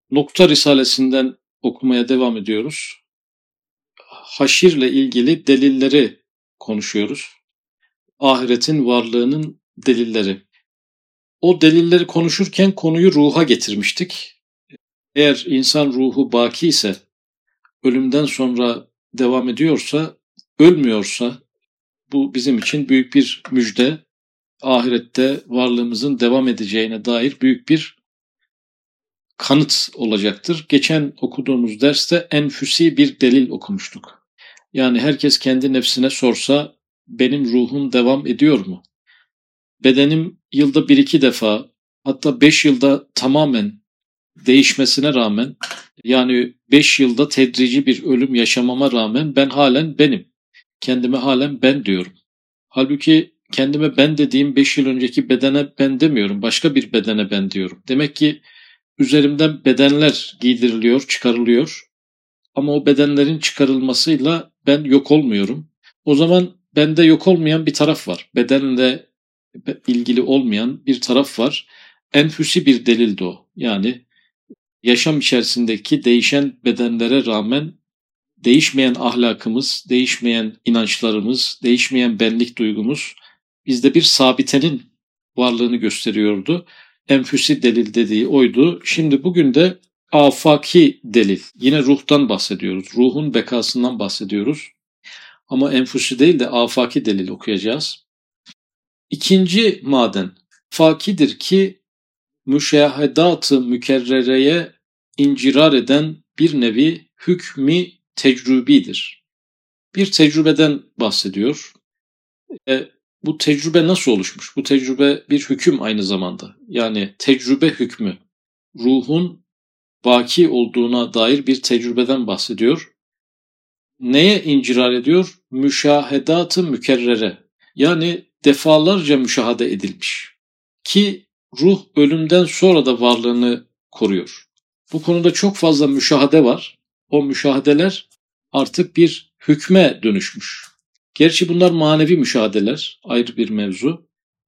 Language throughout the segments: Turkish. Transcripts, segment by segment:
Nokta Risalesinden okumaya devam ediyoruz. Haşirle ilgili delilleri konuşuyoruz. Ahiretin varlığının delilleri. O delilleri konuşurken konuyu ruha getirmiştik. Eğer insan ruhu baki ise, ölümden sonra devam ediyorsa, ölmüyorsa bu bizim için büyük bir müjde. Ahirette varlığımızın devam edeceğine dair büyük bir kanıt olacaktır. Geçen okuduğumuz derste enfüsi bir delil okumuştuk. Yani herkes kendi nefsine sorsa benim ruhum devam ediyor mu? Bedenim yılda 1-2 defa hatta 5 yılda tamamen değişmesine rağmen, yani 5 yılda tedrici bir ölüm yaşamama rağmen ben halen benim. Kendime halen ben diyorum. Halbuki kendime ben dediğim 5 yıl önceki bedene ben demiyorum. Başka bir bedene ben diyorum. Demek ki üzerimden bedenler giydiriliyor, çıkarılıyor. Ama o bedenlerin çıkarılmasıyla ben yok olmuyorum. O zaman bende yok olmayan bir taraf var. Bedenle ilgili olmayan bir taraf var. Enfüsi bir delildi o. Yani yaşam içerisindeki değişen bedenlere rağmen değişmeyen ahlakımız, değişmeyen inançlarımız, değişmeyen benlik duygumuz bizde bir sabitenin varlığını gösteriyordu. Enfüsi delil dediği oydu. Şimdi bugün de afaki delil. Yine ruhtan bahsediyoruz. Ruhun bekasından bahsediyoruz. Ama enfüsi değil de afaki delil okuyacağız. İkinci maden fakidir ki müşahedat-ı mükerrereye incirar eden bir nevi hükmü tecrübidir. Bir tecrübeden bahsediyor. Bu tecrübe nasıl oluşmuş? Bu tecrübe bir hüküm aynı zamanda. Yani tecrübe hükmü. Ruhun baki olduğuna dair bir tecrübeden bahsediyor. Neye incirar ediyor? Müşahedat-ı mükerrere. Yani defalarca müşahede edilmiş. Ki ruh ölümden sonra da varlığını koruyor. Bu konuda çok fazla müşahede var. O müşahedeler artık bir hükme dönüşmüş. Gerçi bunlar manevi müşahedeler, ayrı bir mevzu.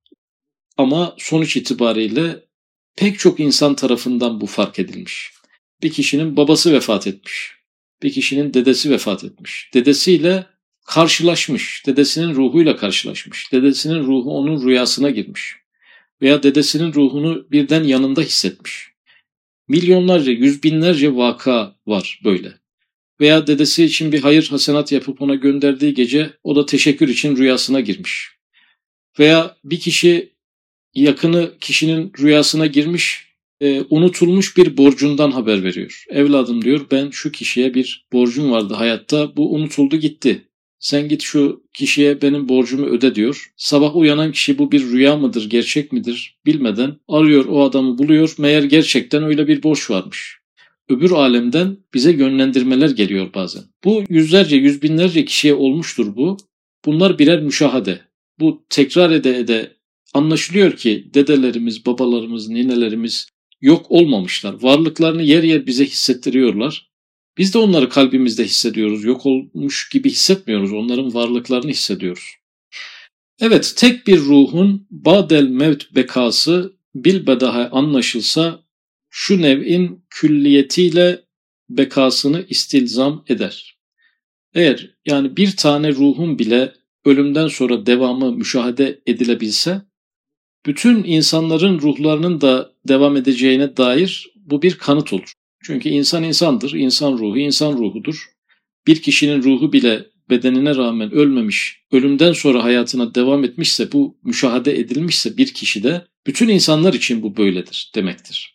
Ama sonuç itibariyle pek çok insan tarafından bu fark edilmiş. Bir kişinin babası vefat etmiş. Bir kişinin dedesi vefat etmiş. Dedesiyle karşılaşmış. Dedesinin ruhuyla karşılaşmış. Dedesinin ruhu onun rüyasına girmiş. Veya dedesinin ruhunu birden yanında hissetmiş. Milyonlarca, yüz binlerce vaka var böyle. Veya dedesi için bir hayır hasenat yapıp ona gönderdiği gece o da teşekkür için rüyasına girmiş. Veya bir kişi yakını kişinin rüyasına girmiş, unutulmuş bir borcundan haber veriyor. Evladım diyor, ben şu kişiye bir borcum vardı hayatta, bu unutuldu gitti. Sen git şu kişiye benim borcumu öde diyor. Sabah uyanan kişi bu bir rüya mıdır, gerçek midir bilmeden arıyor, o adamı buluyor. Meğer gerçekten öyle bir borç varmış. Öbür alemden bize yönlendirmeler geliyor bazen. Bu yüzlerce, yüz binlerce kişiye olmuştur bu. Bunlar birer müşahede. Bu tekrar ede anlaşılıyor ki dedelerimiz, babalarımız, ninelerimiz yok olmamışlar. Varlıklarını yer yer bize hissettiriyorlar. Biz de onları kalbimizde hissediyoruz. Yok olmuş gibi hissetmiyoruz. Onların varlıklarını hissediyoruz. Evet, tek bir ruhun ba'del mevt bekası bilbedahe anlaşılsa şu nev'in külliyetiyle bekasını istilzam eder. Eğer yani bir tane ruhun bile ölümden sonra devamı müşahede edilebilse, bütün insanların ruhlarının da devam edeceğine dair bu bir kanıt olur. Çünkü insan insandır, insan ruhu insan ruhudur. Bir kişinin ruhu bile bedenine rağmen ölmemiş, ölümden sonra hayatına devam etmişse, bu müşahede edilmişse bir kişide, bütün insanlar için bu böyledir demektir.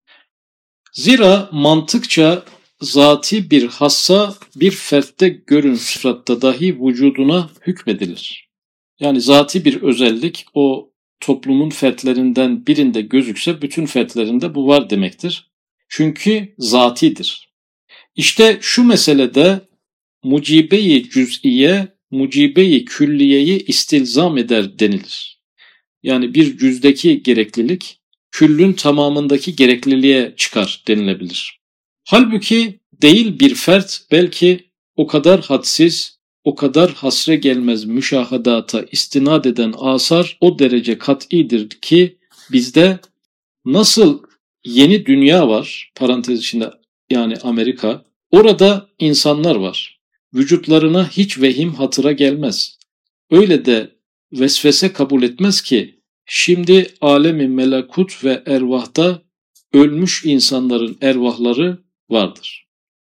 Zira mantıkça zati bir hassa bir fertte görün sıratta dahi vücuduna hükmedilir. Yani zati bir özellik o toplumun fertlerinden birinde gözükse bütün fertlerinde bu var demektir. Çünkü zatidir. İşte şu meselede mucibe-i cüz'iye, mucibe-i külliyeyi istilzam eder denilir. Yani bir cüzdeki gereklilik küllün tamamındaki gerekliliğe çıkar denilebilir. Halbuki değil bir fert belki o kadar hadsiz, o kadar hasre gelmez müşahadata istinad eden asar o derece kat'idir ki bizde nasıl yeni dünya var, parantez içinde yani Amerika. Orada insanlar var. Vücutlarına hiç vehim hatıra gelmez. Öyle de vesvese kabul etmez ki şimdi alemi melekut ve ervahta ölmüş insanların ervahları vardır.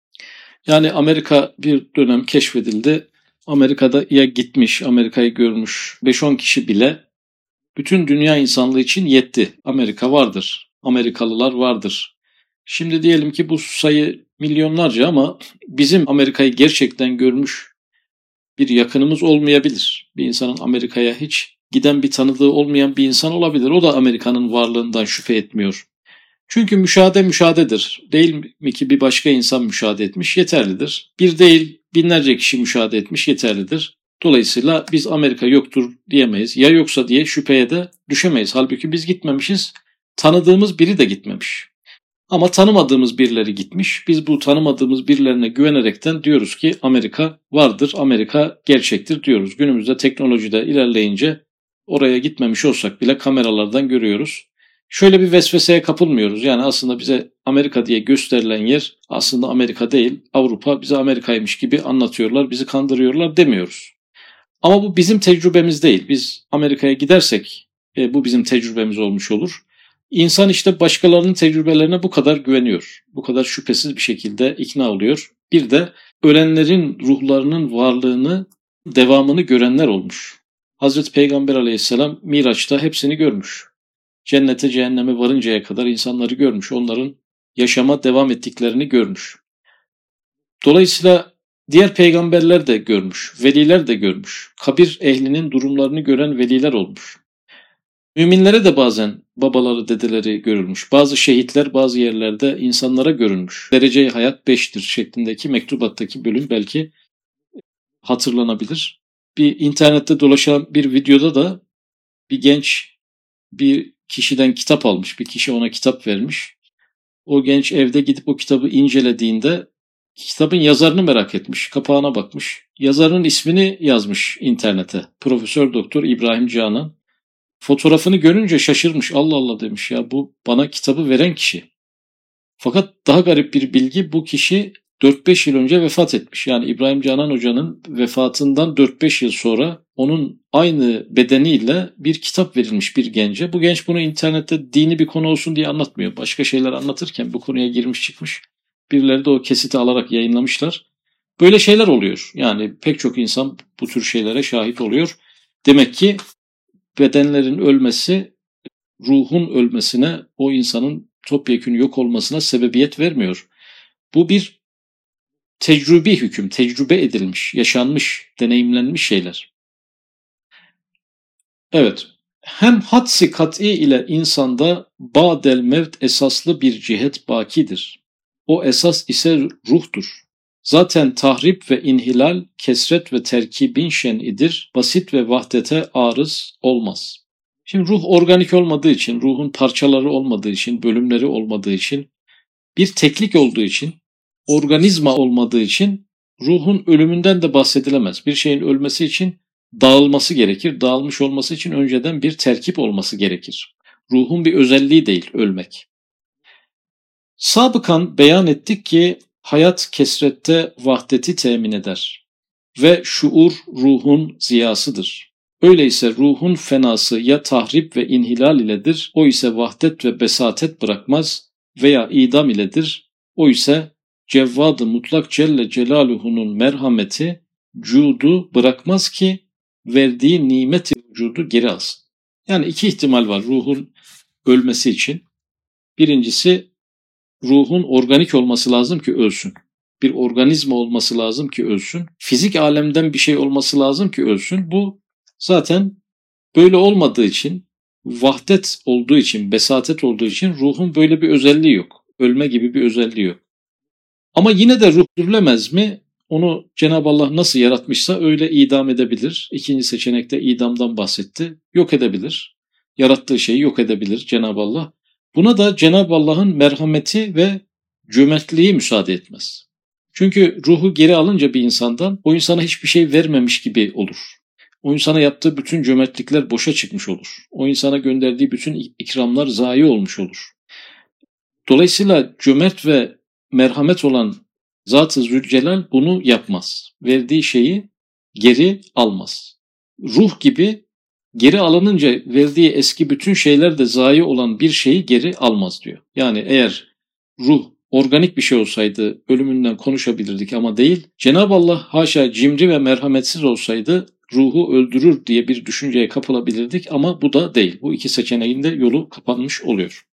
Yani Amerika bir dönem keşfedildi. Amerika'da ya gitmiş, Amerika'yı görmüş 5-10 kişi bile bütün dünya insanlığı için yetti. Amerika vardır, Amerikalılar vardır. Şimdi diyelim ki bu sayı milyonlarca ama bizim Amerika'yı gerçekten görmüş bir yakınımız olmayabilir. Bir insanın Amerika'ya hiç giden bir tanıdığı olmayan bir insan olabilir. O da Amerika'nın varlığından şüphe etmiyor. Çünkü müşahede müşahededir. Değil mi ki bir başka insan müşahede etmiş yeterlidir. Bir değil binlerce kişi müşahede etmiş yeterlidir. Dolayısıyla biz Amerika yoktur diyemeyiz. Ya yoksa diye şüpheye de düşemeyiz. Halbuki biz gitmemişiz. Tanıdığımız biri de gitmemiş. Ama tanımadığımız birileri gitmiş. Biz bu tanımadığımız birilerine güvenerekten diyoruz ki Amerika vardır, Amerika gerçektir diyoruz. Günümüzde teknolojide ilerleyince oraya gitmemiş olsak bile kameralardan görüyoruz. Şöyle bir vesveseye kapılmıyoruz. Yani aslında bize Amerika diye gösterilen yer aslında Amerika değil, Avrupa bize Amerika'ymış gibi anlatıyorlar, bizi kandırıyorlar demiyoruz. Ama bu bizim tecrübemiz değil. Biz Amerika'ya gidersek bu bizim tecrübemiz olmuş olur. İnsan işte başkalarının tecrübelerine bu kadar güveniyor. Bu kadar şüphesiz bir şekilde ikna oluyor. Bir de ölenlerin ruhlarının varlığını, devamını görenler olmuş. Hazreti Peygamber Aleyhisselam Miraç'ta hepsini görmüş. Cennete cehenneme varıncaya kadar insanları görmüş. Onların yaşama devam ettiklerini görmüş. Dolayısıyla diğer peygamberler de görmüş, veliler de görmüş. Kabir ehlinin durumlarını gören veliler olmuş. Müminlere de bazen babaları, dedeleri görülmüş. Bazı şehitler bazı yerlerde insanlara görünmüş. Derece-i hayat 5'tir şeklindeki mektubattaki bölüm belki hatırlanabilir. Bir internette dolaşan bir videoda da bir genç bir kişiden kitap almış. Bir kişi ona kitap vermiş. O genç evde gidip o kitabı incelediğinde kitabın yazarını merak etmiş. Kapağına bakmış. Yazarın ismini yazmış internete. Profesör Doktor İbrahim Canan. Fotoğrafını görünce şaşırmış. Allah Allah demiş ya bu bana kitabı veren kişi. Fakat daha garip bir bilgi bu kişi 4-5 yıl önce vefat etmiş. Yani İbrahim Canan Hoca'nın vefatından 4-5 yıl sonra onun aynı bedeniyle bir kitap verilmiş bir gence. Bu genç bunu internette dini bir konu olsun diye anlatmıyor. Başka şeyler anlatırken bu konuya girmiş çıkmış. Birileri de o kesiti alarak yayınlamışlar. Böyle şeyler oluyor. Yani pek çok insan bu tür şeylere şahit oluyor. Demek ki bedenlerin ölmesi ruhun ölmesine, o insanın topyekün yok olmasına sebebiyet vermiyor. Bu bir tecrübi hüküm, tecrübe edilmiş, yaşanmış, deneyimlenmiş şeyler. Evet, hem hadsi kat'i ile insanda ba'del mevt esaslı bir cihet bakidir. O esas ise ruhtur. Zaten tahrip ve inhilal, kesret ve terkibin şen'idir. Basit ve vahdete arız olmaz. Şimdi ruh organik olmadığı için, ruhun parçaları olmadığı için, bölümleri olmadığı için, bir teklik olduğu için, organizma olmadığı için ruhun ölümünden de bahsedilemez. Bir şeyin ölmesi için dağılması gerekir. Dağılmış olması için önceden bir terkip olması gerekir. Ruhun bir özelliği değil ölmek. Sabıkan beyan ettik ki hayat kesrette vahdeti temin eder ve şuur ruhun ziyasıdır. Öyleyse ruhun fenası ya tahrip ve inhilal iledir, o ise vahdet ve besatet bırakmaz veya idam iledir, o ise Cevvad-ı Mutlak Celle Celaluhu'nun merhameti, cudu bırakmaz ki verdiği nimet-i vücudu geri alsın. Yani iki ihtimal var ruhun ölmesi için. Birincisi ruhun organik olması lazım ki ölsün. Bir organizma olması lazım ki ölsün. Fizik alemden bir şey olması lazım ki ölsün. Bu zaten böyle olmadığı için, vahdet olduğu için, besatet olduğu için ruhun böyle bir özelliği yok. Ölme gibi bir özelliği yok. Ama yine de ruh dürülemez mi? Onu Cenab-ı Allah nasıl yaratmışsa öyle idam edebilir. İkinci seçenekte idamdan bahsetti. Yok edebilir. Yarattığı şeyi yok edebilir Cenab-ı Allah. Buna da Cenab-ı Allah'ın merhameti ve cömertliği müsaade etmez. Çünkü ruhu geri alınca bir insandan o insana hiçbir şey vermemiş gibi olur. O insana yaptığı bütün cömertlikler boşa çıkmış olur. O insana gönderdiği bütün ikramlar zayi olmuş olur. Dolayısıyla cömert ve merhamet olan Zat-ı Zülcelal bunu yapmaz. Verdiği şeyi geri almaz. Ruh gibi geri alınınca verdiği eski bütün şeyler de zayi olan bir şeyi geri almaz diyor. Yani eğer ruh organik bir şey olsaydı ölümünden konuşabilirdik ama değil. Cenab-ı Allah haşa cimri ve merhametsiz olsaydı ruhu öldürür diye bir düşünceye kapılabilirdik ama bu da değil. Bu iki seçeneğin de yolu kapanmış oluyor.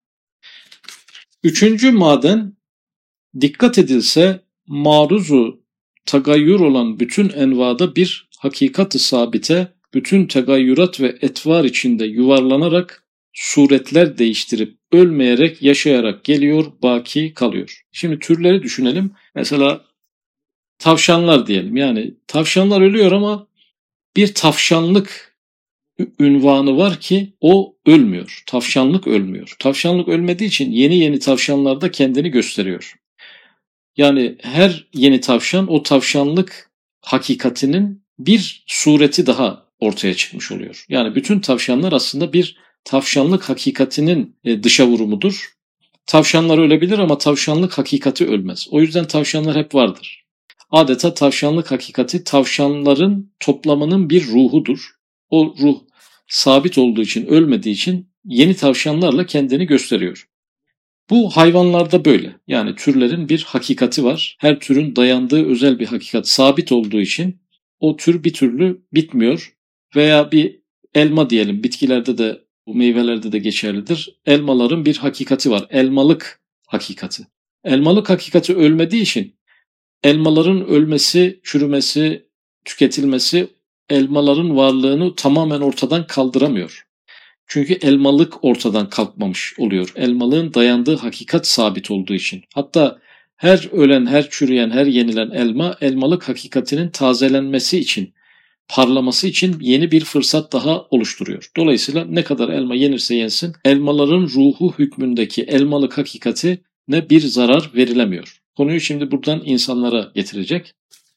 Üçüncü maden, dikkat edilse maruzu tagayyür olan bütün envada bir hakikat-ı sabite, bütün tegayyürat ve etvar içinde yuvarlanarak suretler değiştirip ölmeyerek yaşayarak geliyor, baki kalıyor. Şimdi türleri düşünelim. Mesela tavşanlar diyelim. Yani tavşanlar ölüyor ama bir tavşanlık ünvanı var ki o ölmüyor. Tavşanlık ölmüyor. Tavşanlık ölmediği için yeni yeni tavşanlar da kendini gösteriyor. Yani her yeni tavşan o tavşanlık hakikatinin bir sureti daha ortaya çıkmış oluyor. Yani bütün tavşanlar aslında bir tavşanlık hakikatinin dışa vurumudur. Tavşanlar ölebilir ama tavşanlık hakikati ölmez. O yüzden tavşanlar hep vardır. Adeta tavşanlık hakikati tavşanların toplamının bir ruhudur. O ruh sabit olduğu için, ölmediği için yeni tavşanlarla kendini gösteriyor. Bu hayvanlarda böyle. Yani türlerin bir hakikati var. Her türün dayandığı özel bir hakikat sabit olduğu için o tür bir türlü bitmiyor. Veya bir elma diyelim, bitkilerde de bu meyvelerde de geçerlidir. Elmaların bir hakikati var. Elmalık hakikati. Elmalık hakikati ölmediği için elmaların ölmesi, çürümesi, tüketilmesi elmaların varlığını tamamen ortadan kaldıramıyor. Çünkü elmalık ortadan kalkmamış oluyor. Elmalığın dayandığı hakikat sabit olduğu için. Hatta her ölen, her çürüyen, her yenilen elma elmalık hakikatinin tazelenmesi için, parlaması için yeni bir fırsat daha oluşturuyor. Dolayısıyla ne kadar elma yenirse yensin, elmaların ruhu hükmündeki elmalık hakikatine bir zarar verilemiyor. Konuyu şimdi buradan insanlara getirecek.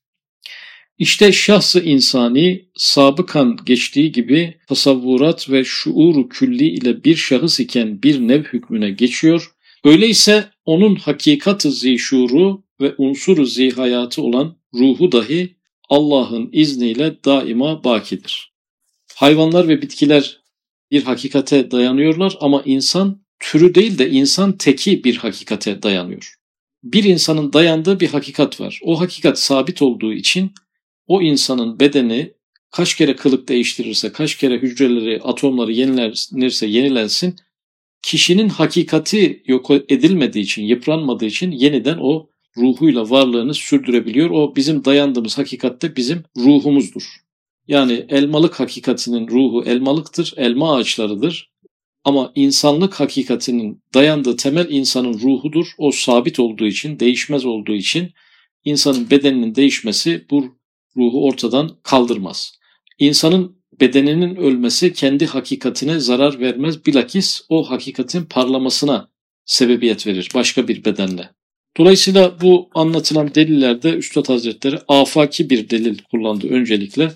İşte şahs-ı insani sabıkan geçtiği gibi tasavvurat ve şuuru külli ile bir şahıs iken bir nev hükmüne geçiyor. Öyleyse onun hakikat-ı zişuru ve unsur-u zihayatı olan ruhu dahi Allah'ın izniyle daima bakidir. Hayvanlar ve bitkiler bir hakikate dayanıyorlar ama insan türü değil de insan teki bir hakikate dayanıyor. Bir insanın dayandığı bir hakikat var. O hakikat sabit olduğu için o insanın bedeni kaç kere kılık değiştirirse, kaç kere hücreleri, atomları yenilenirse yenilensin, kişinin hakikati yok edilmediği için, yıpranmadığı için yeniden o ruhuyla varlığını sürdürebiliyor. O bizim dayandığımız hakikatte bizim ruhumuzdur. Yani elmalık hakikatinin ruhu elmalıktır, elma ağaçlarıdır. Ama insanlık hakikatinin dayandığı temel insanın ruhudur. O sabit olduğu için, değişmez olduğu için insanın bedeninin değişmesi bu ruhu ortadan kaldırmaz. İnsanın bedeninin ölmesi kendi hakikatine zarar vermez. Bilakis o hakikatin parlamasına sebebiyet verir başka bir bedenle. Dolayısıyla bu anlatılan delillerde Üstad Hazretleri afaki bir delil kullandı öncelikle.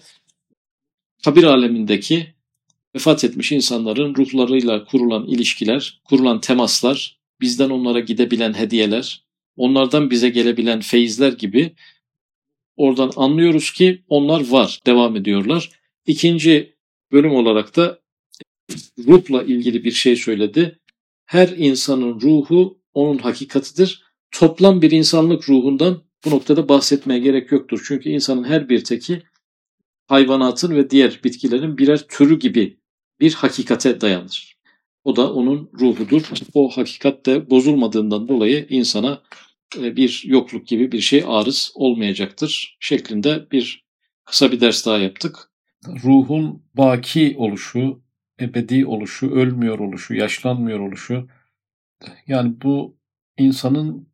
Kabir alemindeki vefat etmiş insanların ruhlarıyla kurulan ilişkiler, kurulan temaslar, bizden onlara gidebilen hediyeler, onlardan bize gelebilen feyizler gibi oradan anlıyoruz ki onlar var, devam ediyorlar. İkinci bölüm olarak da ruhla ilgili bir şey söyledi. Her insanın ruhu onun hakikatidir. Toplam bir insanlık ruhundan bu noktada bahsetmeye gerek yoktur. Çünkü insanın her bir teki hayvanatın ve diğer bitkilerin birer türü gibi bir hakikate dayanır. O da onun ruhudur. O hakikat de bozulmadığından dolayı insana bir yokluk gibi bir şey arız olmayacaktır şeklinde kısa bir ders daha yaptık. Ruhun baki oluşu, ebedi oluşu, ölmüyor oluşu, yaşlanmıyor oluşu, yani bu insanın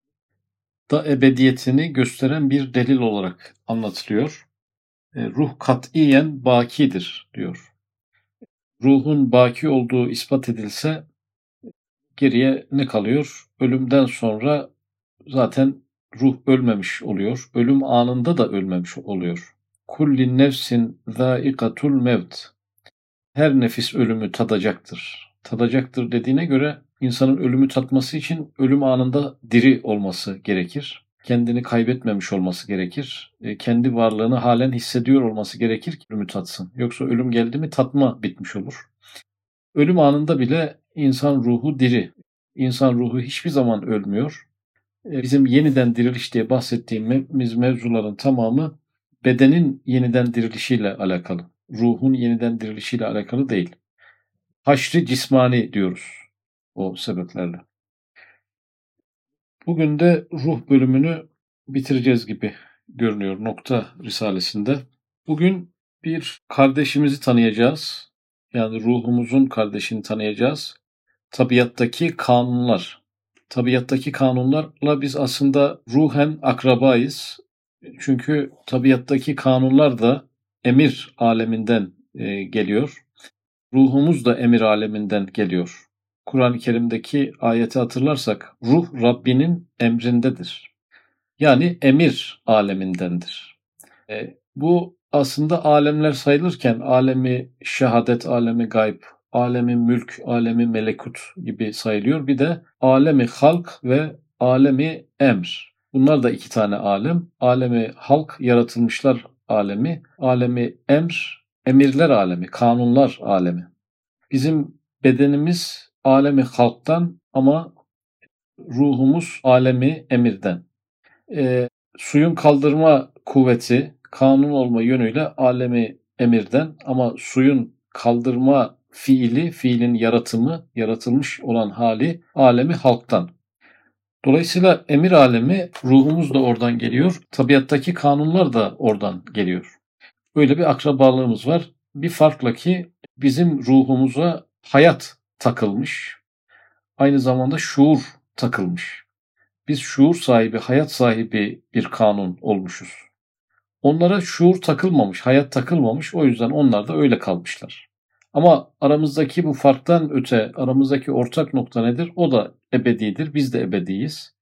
da ebediyetini gösteren bir delil olarak anlatılıyor. Ruh katiyen bakidir diyor. Ruhun baki olduğu ispat edilse geriye ne kalıyor? Ölümden sonra zaten ruh ölmemiş oluyor. Ölüm anında da ölmemiş oluyor. Kulli nefsin zâikatul mevt. Her nefis ölümü tadacaktır. Tadacaktır dediğine göre insanın ölümü tatması için ölüm anında diri olması gerekir. Kendini kaybetmemiş olması gerekir. Kendi varlığını halen hissediyor olması gerekir ki ölümü tatsın. Yoksa ölüm geldi mi tatma bitmiş olur. Ölüm anında bile insan ruhu diri. İnsan ruhu hiçbir zaman ölmüyor. Bizim yeniden diriliş diye bahsettiğimiz mevzuların tamamı bedenin yeniden dirilişiyle alakalı. Ruhun yeniden dirilişiyle alakalı değil. Haşr-ı cismani diyoruz o sebeplerle. Bugün de ruh bölümünü bitireceğiz gibi görünüyor Nokta Risalesi'nde. Bugün bir kardeşimizi tanıyacağız. Yani ruhumuzun kardeşini tanıyacağız. Tabiattaki kanunlar. Tabiattaki kanunlarla biz aslında ruhen akrabayız. Çünkü tabiattaki kanunlar da emir aleminden geliyor. Ruhumuz da emir aleminden geliyor. Kur'an-ı Kerim'deki ayeti hatırlarsak ruh Rabbinin emrindedir. Yani emir alemindendir. Bu aslında alemler sayılırken alemi şehadet, alemi gayb, alemi mülk, alemi melekut gibi sayılıyor. Bir de alemi halk ve alemi emr. Bunlar da iki tane alem. Alemi halk, yaratılmışlar alemi. Alemi emr, emirler alemi, kanunlar alemi. Bizim bedenimiz alemi halktan ama ruhumuz alemi emirden. Suyun kaldırma kuvveti kanun olma yönüyle alemi emirden ama suyun kaldırma fiili, fiilin yaratımı, yaratılmış olan hali alemi halktan. Dolayısıyla emir alemi ruhumuz da oradan geliyor. Tabiattaki kanunlar da oradan geliyor. Böyle bir akrabalığımız var. Bir farkla ki bizim ruhumuza hayat takılmış. Aynı zamanda şuur takılmış. Biz şuur sahibi, hayat sahibi bir kanun olmuşuz. Onlara şuur takılmamış, hayat takılmamış. O yüzden onlar da öyle kalmışlar. Ama aramızdaki bu farktan öte, aramızdaki ortak nokta nedir? O da ebedidir, biz de ebediyiz.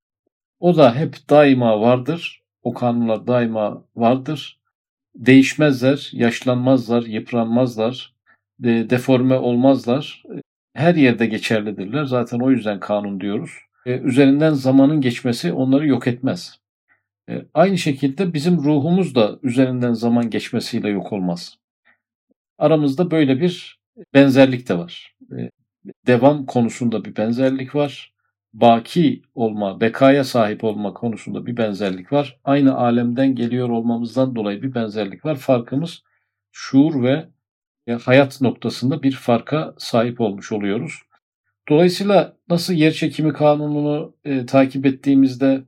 O da hep daima vardır. O kanunlar daima vardır. Değişmezler, yaşlanmazlar, yıpranmazlar, deforme olmazlar. Her yerde geçerlidirler. Zaten o yüzden kanun diyoruz. Üzerinden zamanın geçmesi onları yok etmez. Aynı şekilde bizim ruhumuz da üzerinden zaman geçmesiyle yok olmaz. Aramızda böyle bir benzerlik de var. Devam konusunda bir benzerlik var. Baki olma, bekaya sahip olma konusunda bir benzerlik var. Aynı alemden geliyor olmamızdan dolayı bir benzerlik var. Farkımız şuur ve hayat noktasında bir farka sahip olmuş oluyoruz. Dolayısıyla nasıl yerçekimi kanununu takip ettiğimizde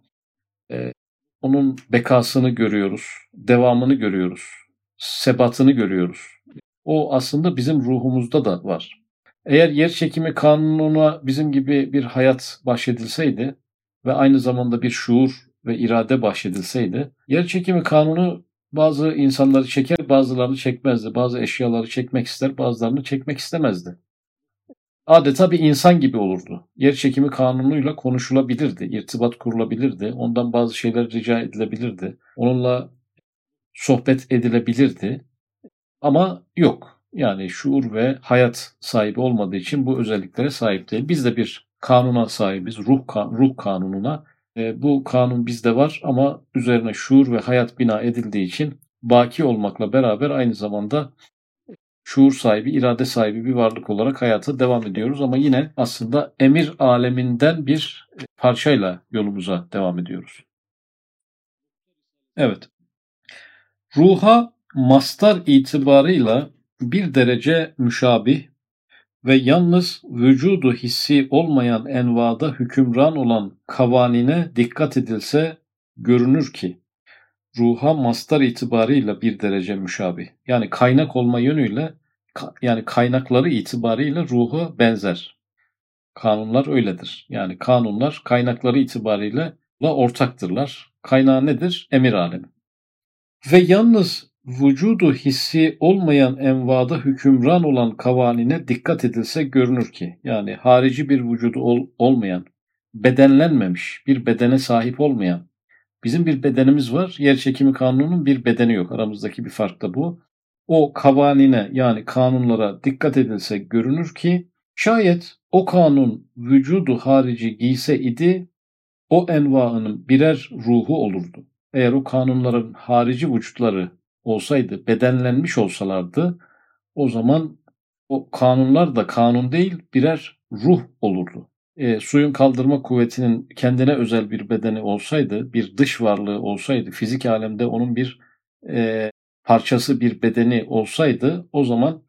onun bekasını görüyoruz, devamını görüyoruz, sebatını görüyoruz. O aslında bizim ruhumuzda da var. Eğer yerçekimi kanununa bizim gibi bir hayat bahşedilseydi ve aynı zamanda bir şuur ve irade bahşedilseydi, yerçekimi kanunu bazı insanları çeker, bazılarını çekmezdi. Bazı eşyaları çekmek ister, bazılarını çekmek istemezdi. Adeta bir insan gibi olurdu. Yerçekimi kanunuyla konuşulabilirdi, irtibat kurulabilirdi, ondan bazı şeyler rica edilebilirdi, onunla sohbet edilebilirdi ama yok. Yani şuur ve hayat sahibi olmadığı için bu özelliklere sahip değil. Biz de bir kanuna sahibiz, ruh kanununa. Bu kanun bizde var ama üzerine şuur ve hayat bina edildiği için baki olmakla beraber aynı zamanda şuur sahibi, irade sahibi bir varlık olarak hayata devam ediyoruz. Ama yine aslında emir aleminden bir parçayla yolumuza devam ediyoruz. Evet. Ruha mastar itibarıyla bir derece müşabih ve yalnız vücudu hissi olmayan envada hükümran olan kavanine dikkat edilse görünür ki ruha mastar itibarıyla bir derece müşabih. Yani kaynak olma yönüyle yani kaynakları itibarıyla ruha benzer. Kanunlar öyledir. Yani kanunlar kaynakları itibarıyla ortaktırlar. Kaynağı nedir? Emir alemi. Ve yalnız vücudu hissi olmayan envada hükümran olan kavanine dikkat edilse görünür ki, yani harici bir vücudu olmayan, bedenlenmemiş, bir bedene sahip olmayan, bizim bir bedenimiz var, yerçekimi kanununun bir bedeni yok. Aramızdaki bir fark da bu. O kavanine yani kanunlara dikkat edilse görünür ki Şayet o kanun vücudu harici giyse idi, o envaının birer ruhu olurdu. Eğer o kanunların harici vücutları olsaydı, bedenlenmiş olsalardı, o zaman o kanunlar da kanun değil, birer ruh olurdu. Suyun kaldırma kuvvetinin kendine özel bir bedeni olsaydı, bir dış varlığı olsaydı, fizik alemde onun bir parçası, bir bedeni olsaydı, o zaman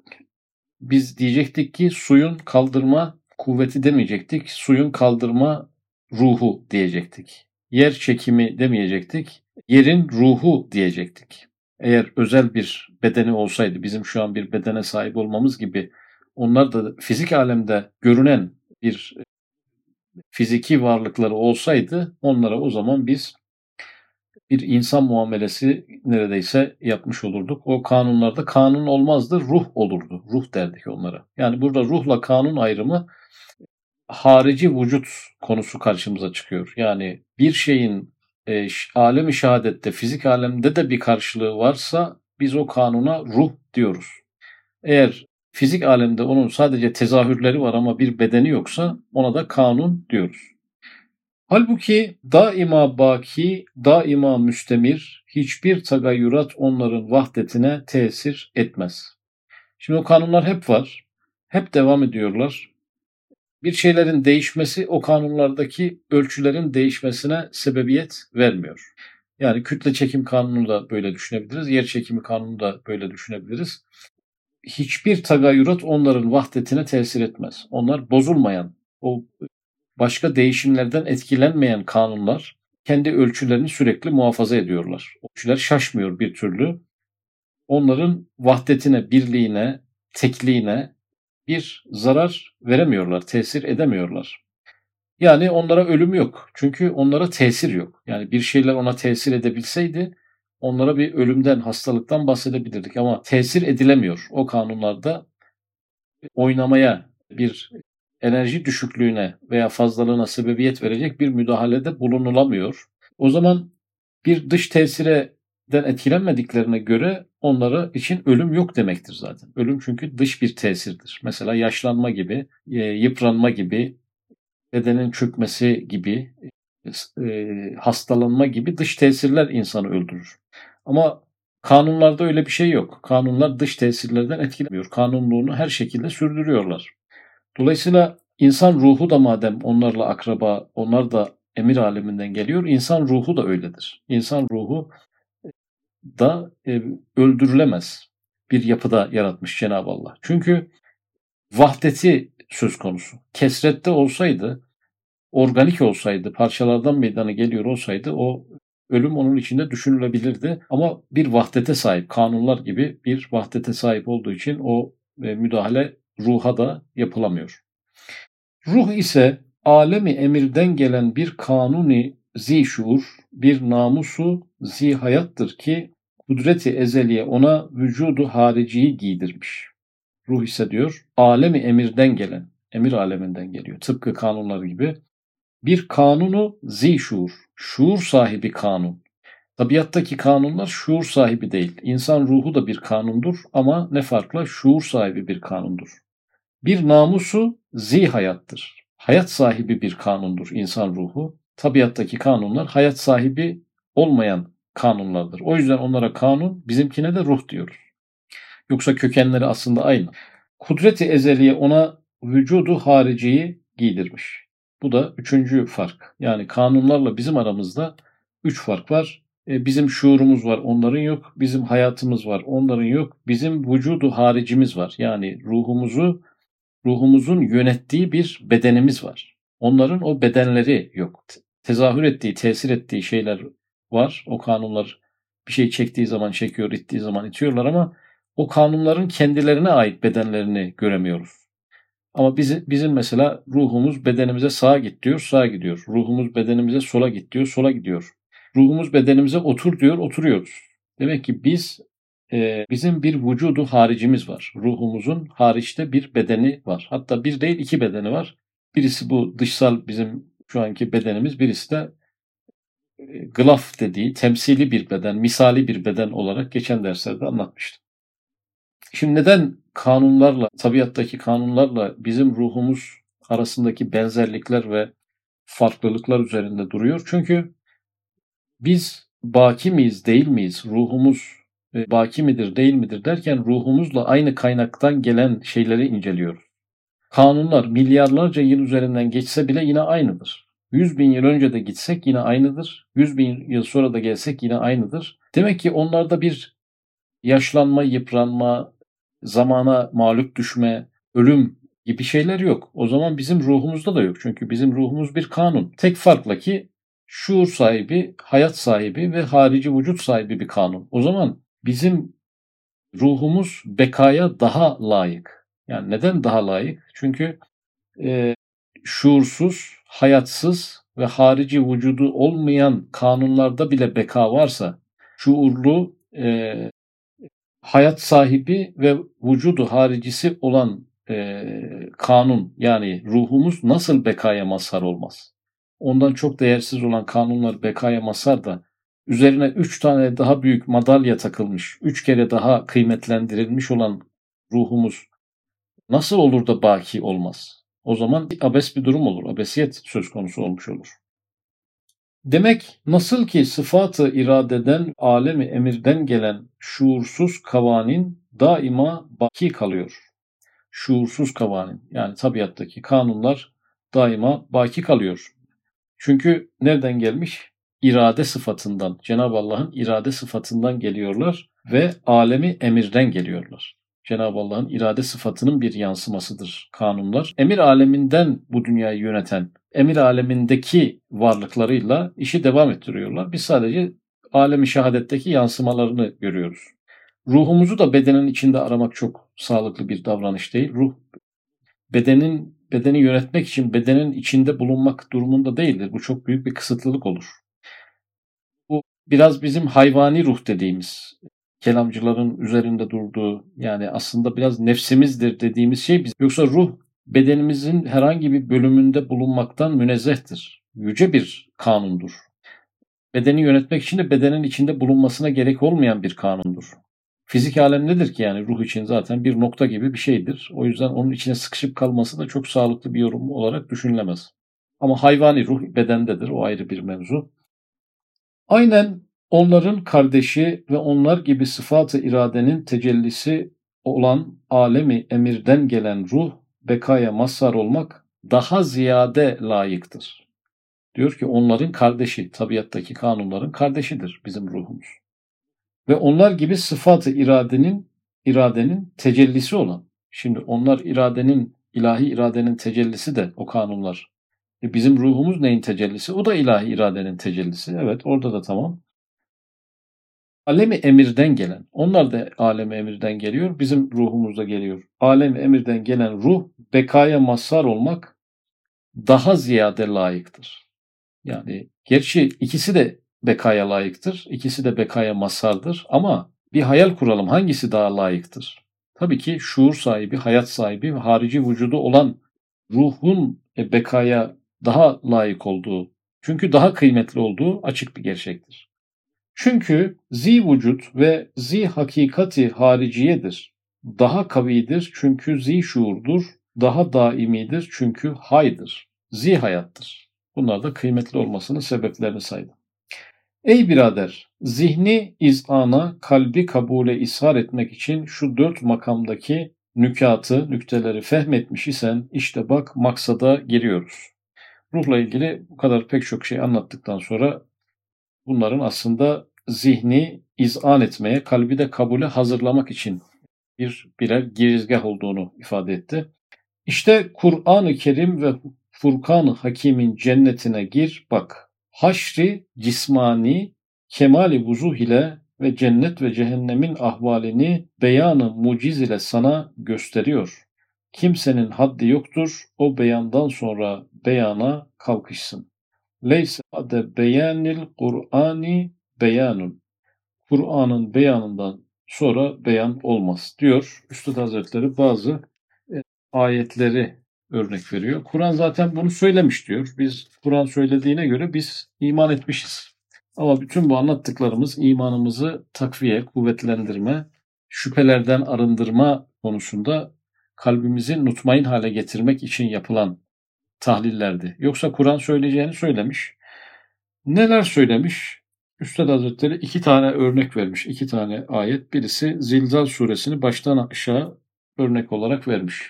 biz diyecektik ki suyun kaldırma kuvveti demeyecektik, suyun kaldırma ruhu diyecektik. Yer çekimi demeyecektik, yerin ruhu diyecektik. Eğer özel bir bedeni olsaydı, bizim şu an bir bedene sahip olmamız gibi, onlar da fizik alemde görünen bir fiziki varlıkları olsaydı, onlara o zaman biz bir insan muamelesi neredeyse yapmış olurduk. O kanunlarda kanun olmazdı, ruh olurdu. Ruh derdik onlara. Yani burada ruhla kanun ayrımı, harici vücut konusu karşımıza çıkıyor. Yani bir şeyin alem-i şehadette, fizik alemde de bir karşılığı varsa biz o kanuna ruh diyoruz. Eğer fizik alemde onun sadece tezahürleri var ama bir bedeni yoksa ona da kanun diyoruz. Halbuki daima baki, daima müstemir, hiçbir tagayyurat onların vahdetine tesir etmez. Şimdi o kanunlar hep var, hep devam ediyorlar. Bir şeylerin değişmesi o kanunlardaki ölçülerin değişmesine sebebiyet vermiyor. Yani kütle çekim kanunu da böyle düşünebiliriz, yer çekimi kanunu da böyle düşünebiliriz. Hiçbir tagayyurat onların vahdetine tesir etmez. Onlar bozulmayan, o başka değişimlerden etkilenmeyen kanunlar kendi ölçülerini sürekli muhafaza ediyorlar. Ölçüler şaşmıyor bir türlü. Onların vahdetine, birliğine, tekliğine bir zarar veremiyorlar, tesir edemiyorlar. Yani onlara ölüm yok. Çünkü onlara tesir yok. Yani bir şeyler ona tesir edebilseydi onlara bir ölümden, hastalıktan bahsedebilirdik. Ama tesir edilemiyor. O kanunlarda oynamaya, bir enerji düşüklüğüne veya fazlalığına sebebiyet verecek bir müdahalede bulunulamıyor. O zaman bir dış tesirden etkilenmediklerine göre onlara için ölüm yok demektir zaten. Ölüm çünkü dış bir tesirdir. Mesela yaşlanma gibi, yıpranma gibi, bedenin çökmesi gibi, hastalanma gibi dış tesirler insanı öldürür. Ama kanunlarda öyle bir şey yok. Kanunlar dış tesirlerden etkilenmiyor. Kanunluğunu her şekilde sürdürüyorlar. Dolayısıyla insan ruhu da madem onlarla akraba, onlar da emir aleminden geliyor, insan ruhu da öyledir. İnsan ruhu da öldürülemez bir yapıda yaratmış Cenab-ı Allah. Çünkü vahdeti söz konusu. Kesrette olsaydı, organik olsaydı, parçalardan meydana geliyor olsaydı o ölüm onun içinde düşünülebilirdi. Ama bir vahdete sahip, kanunlar gibi bir vahdete sahip olduğu için o müdahale ruha da yapılamıyor. Ruh ise alemi emirden gelen bir kanuni zişur, bir namusu zihayattır ki kudreti ezeliye ona vücudu hariciyi giydirmiş. Ruh ise diyor alemi emirden gelen, emir aleminden geliyor. Tıpkı kanunlar gibi bir kanunu zişur, şuur sahibi kanun. Tabiattaki kanunlar şuur sahibi değil. İnsan ruhu da bir kanundur ama ne farkla şuur sahibi bir kanundur. Bir namusu hayattır. Hayat sahibi bir kanundur insan ruhu. Tabiattaki kanunlar hayat sahibi olmayan kanunlardır. O yüzden onlara kanun, bizimkine de ruh diyoruz. Yoksa kökenleri aslında aynı. Kudret-i ezeliye ona vücudu hariciyi giydirmiş. Bu da üçüncü fark. Yani kanunlarla bizim aramızda üç fark var. Bizim şuurumuz var, onların yok. Bizim hayatımız var, onların yok. Bizim vücudu haricimiz var. Yani ruhumuzun yönettiği bir bedenimiz var. Onların o bedenleri yok. Tezahür ettiği, tesir ettiği şeyler var. O kanunlar bir şey çektiği zaman çekiyor, ittiği zaman itiyorlar ama o kanunların kendilerine ait bedenlerini göremiyoruz. Ama bizim mesela ruhumuz bedenimize sağa git diyor, sağa gidiyor. Ruhumuz bedenimize sola git diyor, sola gidiyor. Ruhumuz bedenimize otur diyor, oturuyoruz. Demek ki bizim bir vücudu haricimiz var. Ruhumuzun hariçte bir bedeni var. Hatta bir değil iki bedeni var. Birisi bu dışsal bizim şu anki bedenimiz, birisi de gılaf dediği temsili bir beden, misali bir beden olarak geçen derslerde anlatmıştım. Şimdi neden kanunlarla, tabiattaki kanunlarla bizim ruhumuz arasındaki benzerlikler ve farklılıklar üzerinde duruyor. Çünkü biz baki miyiz, değil miyiz? Ruhumuz baki midir, değil midir derken ruhumuzla aynı kaynaktan gelen şeyleri inceliyoruz. Kanunlar milyarlarca yıl üzerinden geçse bile yine aynıdır. 100 bin yıl önce de gitsek yine aynıdır. 100 bin yıl sonra da gelsek yine aynıdır. Demek ki onlarda bir yaşlanma, yıpranma, zamana mağlup düşme, ölüm gibi şeyler yok. O zaman bizim ruhumuzda da yok. Çünkü bizim ruhumuz bir kanun. Tek farkla ki şuur sahibi, hayat sahibi ve harici vücut sahibi bir kanun. O zaman bizim ruhumuz bekaya daha layık. Yani neden daha layık? Çünkü şuursuz, hayatsız ve harici vücudu olmayan kanunlarda bile beka varsa, şuurlu, hayat sahibi ve vücudu haricisi olan kanun, yani ruhumuz nasıl bekaya mazhar olmaz? Ondan çok değersiz olan kanunlar bekaya mazhar da üzerine 3 tane daha büyük madalya takılmış, 3 kere daha kıymetlendirilmiş olan ruhumuz nasıl olur da baki olmaz? O zaman abes bir durum olur, abesiyet söz konusu olmuş olur. Demek nasıl ki sıfatı iradeden, alemi emirden gelen şuursuz kavanin daima baki kalıyor. Şuursuz kavanin, yani tabiattaki kanunlar daima baki kalıyor. Çünkü nereden gelmiş? İrade sıfatından, Cenab-ı Allah'ın irade sıfatından geliyorlar ve alemi emirden geliyorlar. Cenab-ı Allah'ın irade sıfatının bir yansımasıdır kanunlar. Emir aleminden bu dünyayı yöneten, emir alemindeki varlıklarıyla işi devam ettiriyorlar. Biz sadece alemi şehadetteki yansımalarını görüyoruz. Ruhumuzu da bedenin içinde aramak çok sağlıklı bir davranış değil. Ruh bedeni yönetmek için bedenin içinde bulunmak durumunda değildir. Bu çok büyük bir kısıtlılık olur. Bu biraz bizim hayvani ruh dediğimiz, kelamcıların üzerinde durduğu, yani aslında biraz nefsimizdir dediğimiz şey biz. Yoksa ruh bedenimizin herhangi bir bölümünde bulunmaktan münezzehtir. Yüce bir kanundur. Bedeni yönetmek için de bedenin içinde bulunmasına gerek olmayan bir kanundur. Fizik alem nedir ki, yani ruh için zaten bir nokta gibi bir şeydir. O yüzden onun içine sıkışıp kalması da çok sağlıklı bir yorum olarak düşünülemez. Ama hayvani ruh bedendedir, o ayrı bir mevzu. Aynen onların kardeşi ve onlar gibi sıfat-ı iradenin tecellisi olan alemi emirden gelen ruh bekaya mazhar olmak daha ziyade layıktır. Diyor ki onların kardeşi, tabiattaki kanunların kardeşidir bizim ruhumuz. Ve onlar gibi sıfat-ı iradenin tecellisi olan. Şimdi onlar ilahi iradenin tecellisi de o kanunlar. Bizim ruhumuz neyin tecellisi? O da ilahi iradenin tecellisi. Evet, orada da tamam. Alemi emirden gelen. Onlar da alemi emirden geliyor. Bizim ruhumuzda geliyor. Alemi emirden gelen ruh bekaya mazhar olmak daha ziyade layıktır. Yani gerçi ikisi de bekaya layıktır. İkisi de bekaya mazhardır. Ama bir hayal kuralım. Hangisi daha layıktır? Tabii ki şuur sahibi, hayat sahibi ve harici vücudu olan ruhun bekaya daha layık olduğu, çünkü daha kıymetli olduğu açık bir gerçektir. Çünkü zi vücut ve zi hakikati hariciyedir. Daha kavidir çünkü zi şuurdur. Daha daimidir çünkü haydır. Zi hayattır. Bunlar da kıymetli olmasının sebeplerini saydım. Ey birader, zihni izana, kalbi kabule ishar etmek için şu 4 makamdaki nükteleri fehmetmiş isen işte bak maksada giriyoruz. Ruhla ilgili bu kadar pek çok şey anlattıktan sonra bunların aslında zihni izan etmeye, kalbi de kabule hazırlamak için birer girizgah olduğunu ifade etti. İşte Kur'an-ı Kerim ve Furkan-ı Hakim'in cennetine gir bak. Haşri cismani kemali vuzuh ile ve cennet ve cehennemin ahvalini beyanı muciz ile sana gösteriyor. Kimsenin haddi yoktur, o beyandan sonra beyana kalkışsın. Leyse ade beyanil Kur'ani beyanun. Kur'an'ın beyanından sonra beyan olmaz diyor. Üstad Hazretleri bazı ayetleri örnek veriyor. Kur'an zaten bunu söylemiş diyor. Biz Kur'an söylediğine göre biz iman etmişiz. Ama bütün bu anlattıklarımız imanımızı takviye, kuvvetlendirme, şüphelerden arındırma konusunda kalbimizi mutmain hale getirmek için yapılan tahlillerdi. Yoksa Kur'an söyleyeceğini söylemiş. Neler söylemiş? Üstad Hazretleri 2 tane örnek vermiş. 2 tane ayet. Birisi Zilzal suresini baştan aşağı örnek olarak vermiş.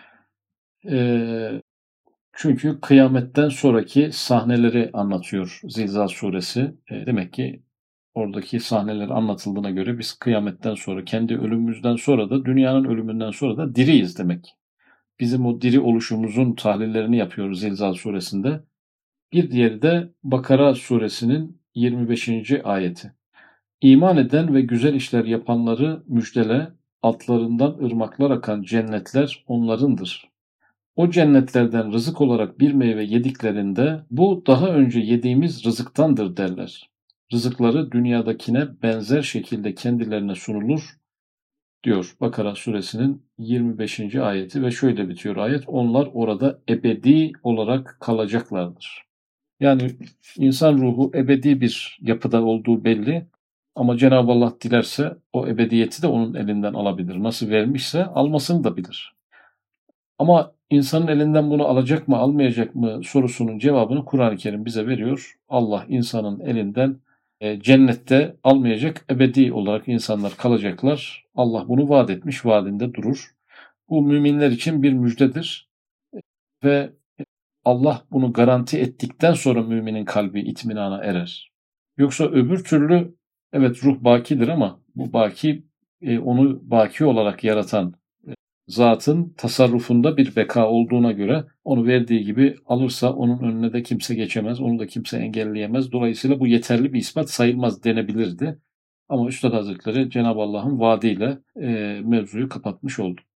Çünkü kıyametten sonraki sahneleri anlatıyor Zilzal suresi. Demek ki oradaki sahneler anlatıldığına göre biz kıyametten sonra, kendi ölümümüzden sonra da, dünyanın ölümünden sonra da diriyiz demek. Bizim o diri oluşumuzun tahlillerini yapıyoruz Zilzal suresinde. Bir diğeri de Bakara suresinin 25. ayeti. İman eden ve güzel işler yapanları müjdele, altlarından ırmaklar akan cennetler onlarındır. O cennetlerden rızık olarak bir meyve yediklerinde bu daha önce yediğimiz rızıktandır derler. Rızıkları dünyadakine benzer şekilde kendilerine sunulur diyor Bakara suresinin 25. ayeti ve şöyle bitiyor ayet. Onlar orada ebedi olarak kalacaklardır. Yani insan ruhu ebedi bir yapıda olduğu belli ama Cenab-ı Allah dilerse o ebediyeti de onun elinden alabilir. Nasıl vermişse almasını da bilir. Ama insanın elinden bunu alacak mı almayacak mı sorusunun cevabını Kur'an-ı Kerim bize veriyor. Allah insanın elinden cennette almayacak, ebedi olarak insanlar kalacaklar. Allah bunu vaat etmiş, vaadinde durur. Bu müminler için bir müjdedir ve Allah bunu garanti ettikten sonra müminin kalbi itminana erer. Yoksa öbür türlü evet ruh bakidir ama bu baki onu baki olarak yaratan zatın tasarrufunda bir beka olduğuna göre onu verdiği gibi alırsa onun önüne de kimse geçemez, onu da kimse engelleyemez. Dolayısıyla bu yeterli bir ispat sayılmaz denebilirdi. Ama Üstad Hazretleri Cenab-ı Allah'ın vaadiyle mevzuyu kapatmış oldu.